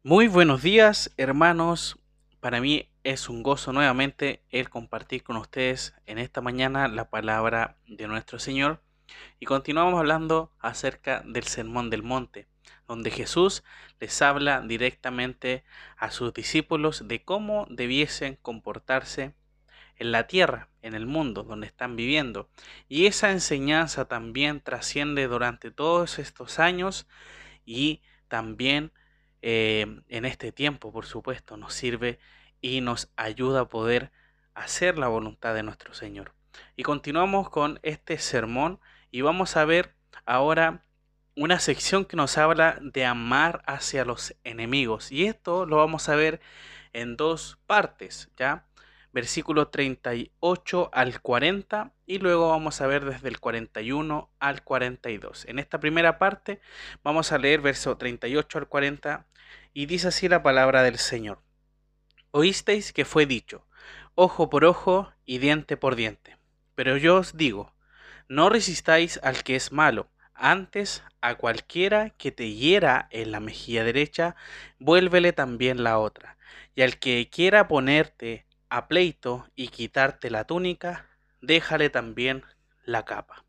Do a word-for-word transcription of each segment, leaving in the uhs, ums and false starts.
Muy buenos días, hermanos. Para mí es un gozo nuevamente el compartir con ustedes en esta mañana la palabra de nuestro Señor y continuamos hablando acerca del Sermón del Monte, donde Jesús les habla directamente a sus discípulos de cómo debiesen comportarse en la tierra, en el mundo donde están viviendo. Y esa enseñanza también trasciende durante todos estos años y también eh, en este tiempo, por supuesto, nos sirve y nos ayuda a poder hacer la voluntad de nuestro Señor. Y continuamos con este sermón y vamos a ver ahora una sección que nos habla de amar hacia los enemigos. Y esto lo vamos a ver en dos partes, ¿ya? Versículo treinta y ocho al cuarenta y luego vamos a ver desde el cuarenta y uno al cuarenta y dos. En esta primera parte vamos a leer verso treinta y ocho al cuarenta y dice así la palabra del Señor. Oísteis que fue dicho, ojo por ojo y diente por diente. Pero yo os digo, no resistáis al que es malo, antes a cualquiera que te hiera en la mejilla derecha, vuélvele también la otra. Y al que quiera ponerte a pleito y quitarte la túnica, déjale también la capa.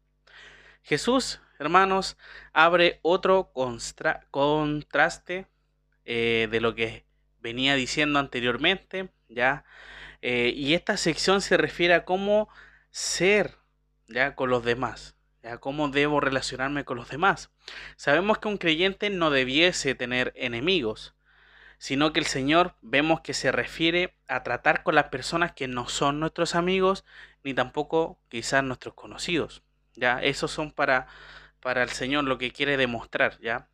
Jesús, hermanos, abre otro constra- contraste eh, de lo que venía diciendo anteriormente, ¿ya? Eh, y esta sección se refiere a cómo ser, ¿ya? Con los demás, ¿ya? Cómo debo relacionarme con los demás. Sabemos que un creyente no debiese tener enemigos, sino que el Señor vemos que se refiere a tratar con las personas que no son nuestros amigos, ni tampoco quizás nuestros conocidos, ¿ya? Esos son para, para el Señor lo que quiere demostrar, ¿ya?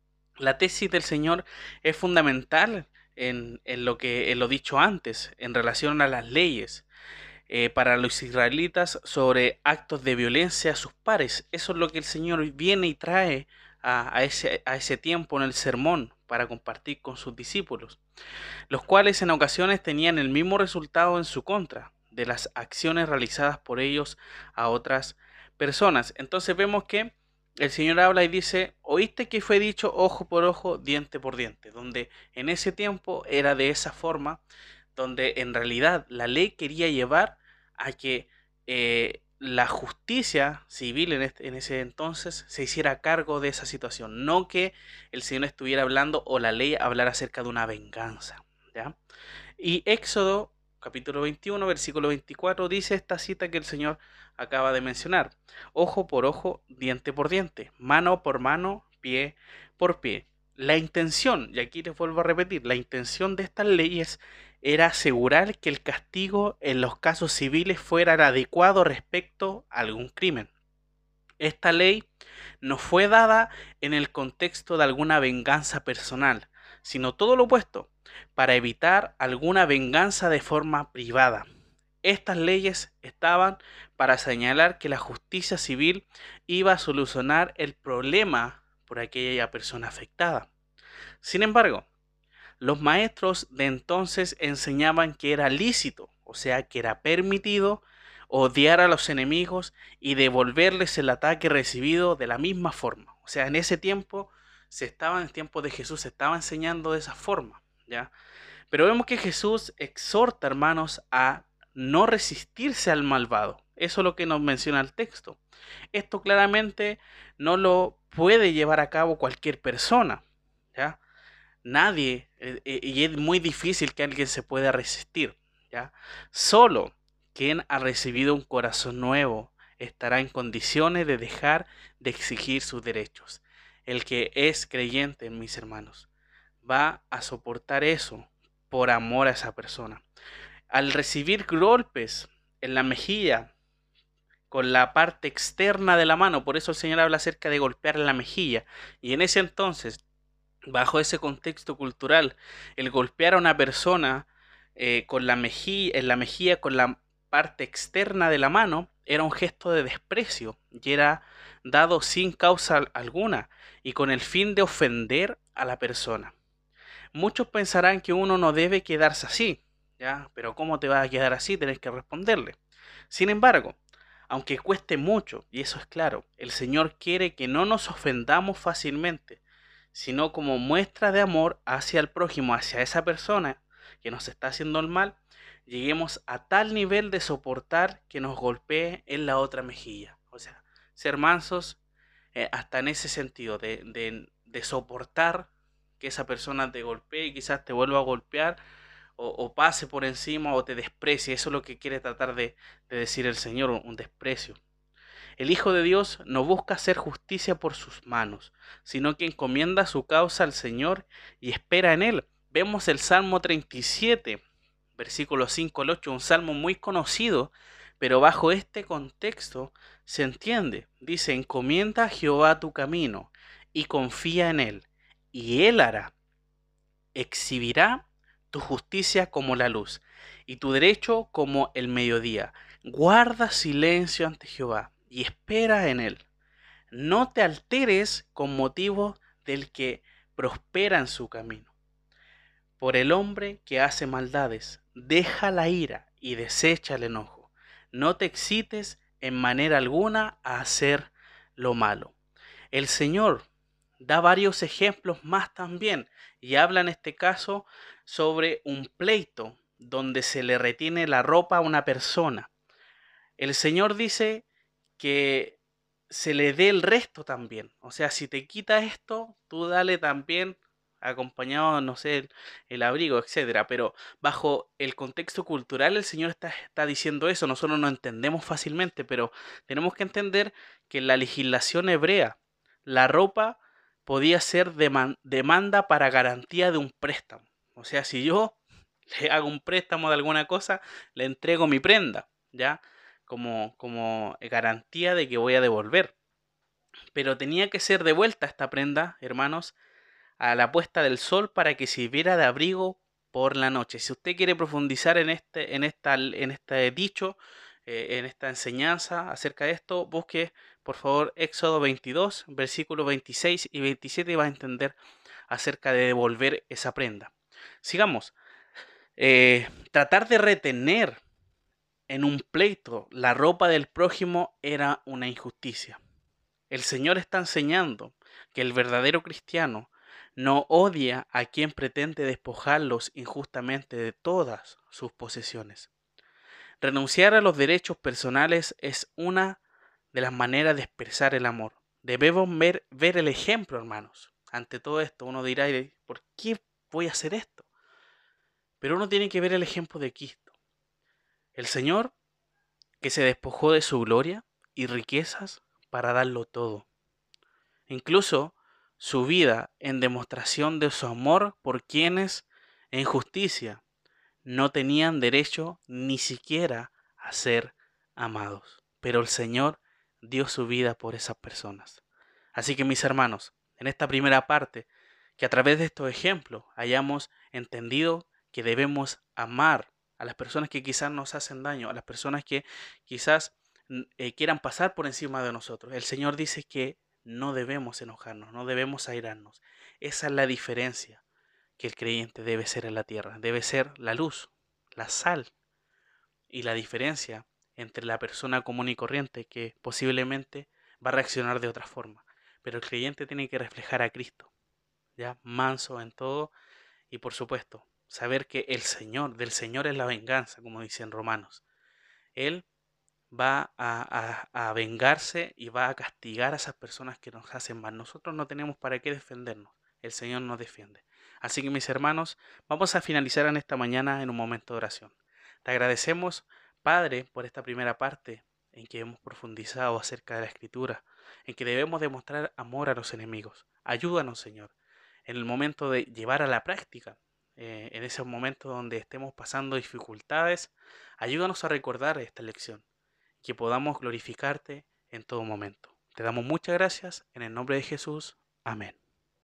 La tesis del Señor es fundamental en, en lo que en lo dicho antes, en relación a las leyes eh, para los israelitas sobre actos de violencia a sus pares. Eso es lo que el Señor viene y trae a, a ese, a ese tiempo en el sermón para compartir con sus discípulos, los cuales en ocasiones tenían el mismo resultado en su contra de las acciones realizadas por ellos a otras personas. Entonces vemos que el Señor habla y dice, oíste que fue dicho ojo por ojo, diente por diente, donde en ese tiempo era de esa forma, donde en realidad la ley quería llevar a que eh, la justicia civil en, este, en ese entonces se hiciera cargo de esa situación, no que el Señor estuviera hablando o la ley hablara acerca de una venganza, ¿ya? Y Éxodo capítulo veintiuno, versículo veinticuatro dice esta cita que el Señor acaba de mencionar. Ojo por ojo, diente por diente, mano por mano, pie por pie. La intención, y aquí les vuelvo a repetir, la intención de estas leyes era asegurar que el castigo en los casos civiles fuera el adecuado respecto a algún crimen. Esta ley no fue dada en el contexto de alguna venganza personal, sino todo lo opuesto, para evitar alguna venganza de forma privada. Estas leyes estaban para señalar que la justicia civil iba a solucionar el problema por aquella persona afectada. Sin embargo, los maestros de entonces enseñaban que era lícito, o sea, que era permitido odiar a los enemigos y devolverles el ataque recibido de la misma forma. O sea, en ese tiempo se estaba, en el tiempo de Jesús, se estaba enseñando de esa forma, ¿ya? Pero vemos que Jesús exhorta, hermanos, a no resistirse al malvado. Eso es lo que nos menciona el texto. Esto claramente no lo puede llevar a cabo cualquier persona, ¿ya? Nadie, eh, eh, y es muy difícil que alguien se pueda resistir, ¿ya? Solo quien ha recibido un corazón nuevo estará en condiciones de dejar de exigir sus derechos. El que es creyente, mis hermanos, va a soportar eso por amor a esa persona. Al recibir golpes en la mejilla, con la parte externa de la mano, por eso el Señor habla acerca de golpear en la mejilla, y en ese entonces bajo ese contexto cultural, el golpear a una persona eh, con la mejilla, en la mejilla con la parte externa de la mano era un gesto de desprecio y era dado sin causa alguna y con el fin de ofender a la persona. Muchos pensarán que uno no debe quedarse así, ¿ya? Pero ¿cómo te vas a quedar así? Tenés que responderle. Sin embargo, aunque cueste mucho, y eso es claro, el Señor quiere que no nos ofendamos fácilmente, sino como muestra de amor hacia el prójimo, hacia esa persona que nos está haciendo el mal, lleguemos a tal nivel de soportar que nos golpee en la otra mejilla. O sea, ser mansos eh, hasta en ese sentido, de, de, de soportar que esa persona te golpee y quizás te vuelva a golpear o, o pase por encima o te desprecie. Eso es lo que quiere tratar de, de decir el Señor, un, un desprecio. El Hijo de Dios no busca hacer justicia por sus manos, sino que encomienda su causa al Señor y espera en Él. Vemos el Salmo treinta y siete, versículos cinco al ocho, un salmo muy conocido, pero bajo este contexto se entiende. Dice, encomienda a Jehová tu camino y confía en Él, y Él hará. Exhibirá tu justicia como la luz y tu derecho como el mediodía. Guarda silencio ante Jehová y espera en Él. No te alteres con motivo del que prospera en su camino. Por el hombre que hace maldades, deja la ira y desecha el enojo. No te excites en manera alguna a hacer lo malo. El Señor da varios ejemplos más también y habla en este caso sobre un pleito donde se le retiene la ropa a una persona. El Señor dice que se le dé el resto también. O sea, si te quita esto, tú dale también acompañado, no sé, el, el abrigo, etcétera. Pero bajo el contexto cultural, el Señor está, está diciendo eso. Nosotros no entendemos fácilmente, pero tenemos que entender que en la legislación hebrea, la ropa podía ser deman- demanda para garantía de un préstamo. O sea, si yo le hago un préstamo de alguna cosa, le entrego mi prenda, ¿ya? Como, como garantía de que voy a devolver. Pero tenía que ser devuelta esta prenda, hermanos, a la puesta del sol para que sirviera de abrigo por la noche. Si usted quiere profundizar en este, en esta, en este dicho, eh, en esta enseñanza acerca de esto, busque por favor Éxodo veintidós, versículos veintiséis y veintisiete y va a entender acerca de devolver esa prenda. Sigamos. Eh, tratar de retener en un pleito la ropa del prójimo era una injusticia. El Señor está enseñando que el verdadero cristiano no odia a quien pretende despojarlos injustamente de todas sus posesiones. Renunciar a los derechos personales es una de las maneras de expresar el amor. Debemos ver, ver el ejemplo, hermanos. Ante todo esto, uno dirá, ¿por qué voy a hacer esto? Pero uno tiene que ver el ejemplo de Cristo. El Señor que se despojó de su gloria y riquezas para darlo todo. Incluso su vida en demostración de su amor por quienes en justicia no tenían derecho ni siquiera a ser amados. Pero el Señor dio su vida por esas personas. Así que mis hermanos, en esta primera parte, que a través de estos ejemplos hayamos entendido que debemos amar a las personas que quizás nos hacen daño, a las personas que quizás eh, quieran pasar por encima de nosotros. El Señor dice que no debemos enojarnos, no debemos airarnos. Esa es la diferencia que el creyente debe ser en la tierra. Debe ser la luz, la sal y la diferencia entre la persona común y corriente que posiblemente va a reaccionar de otra forma. Pero el creyente tiene que reflejar a Cristo, ya manso en todo y por supuesto saber que el Señor, del Señor es la venganza, como dicen Romanos. Él va a, a, a vengarse y va a castigar a esas personas que nos hacen mal. Nosotros no tenemos para qué defendernos. El Señor nos defiende. Así que mis hermanos, vamos a finalizar en esta mañana en un momento de oración. Te agradecemos, Padre, por esta primera parte en que hemos profundizado acerca de la Escritura, en que debemos demostrar amor a los enemigos. Ayúdanos, Señor, en el momento de llevar a la práctica, eh, en ese momento donde estemos pasando dificultades, ayúdanos a recordar esta lección, que podamos glorificarte en todo momento. Te damos muchas gracias en el nombre de Jesús. Amén.